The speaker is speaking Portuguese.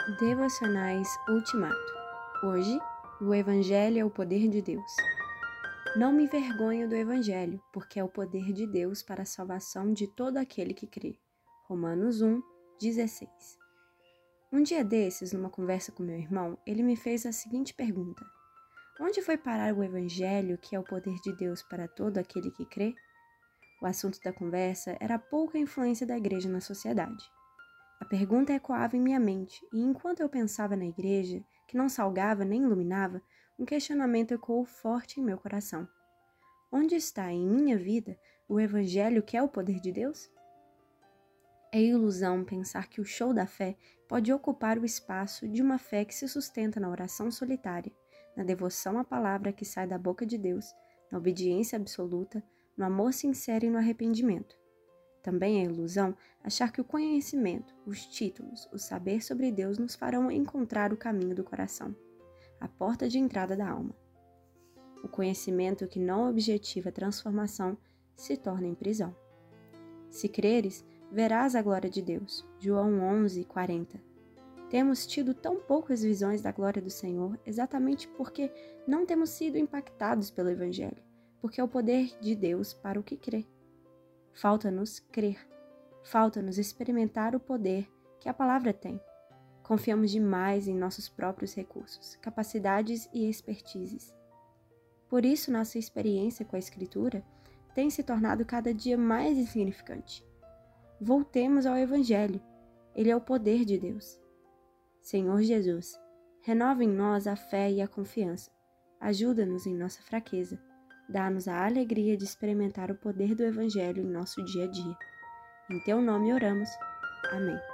Devocionais Ultimato. Hoje, o Evangelho é o poder de Deus. Não me envergonho do Evangelho, porque é o poder de Deus para a salvação de todo aquele que crê. Romanos 1:16. Um dia desses, numa conversa com meu irmão, ele me fez a seguinte pergunta: onde foi parar o Evangelho, que é o poder de Deus para todo aquele que crê? O assunto da conversa era a pouca influência da igreja na sociedade. A pergunta ecoava em minha mente, e enquanto eu pensava na igreja, que não salgava nem iluminava, um questionamento ecoou forte em meu coração. Onde está em minha vida o Evangelho que é o poder de Deus? É ilusão pensar que o show da fé pode ocupar o espaço de uma fé que se sustenta na oração solitária, na devoção à palavra que sai da boca de Deus, na obediência absoluta, no amor sincero e no arrependimento. Também é ilusão achar que o conhecimento, os títulos, o saber sobre Deus nos farão encontrar o caminho do coração, a porta de entrada da alma. O conhecimento que não objetiva a transformação se torna em prisão. Se creres, verás a glória de Deus. João 11:40. Temos tido tão poucas visões da glória do Senhor exatamente porque não temos sido impactados pelo Evangelho, porque é o poder de Deus para o que crê. Falta-nos crer, falta-nos experimentar o poder que a palavra tem. Confiamos demais em nossos próprios recursos, capacidades e expertises. Por isso, nossa experiência com a Escritura tem se tornado cada dia mais insignificante. Voltemos ao Evangelho. Ele é o poder de Deus. Senhor Jesus, renova em nós a fé e a confiança. Ajuda-nos em nossa fraqueza. Dá-nos a alegria de experimentar o poder do Evangelho em nosso dia a dia. Em teu nome oramos. Amém.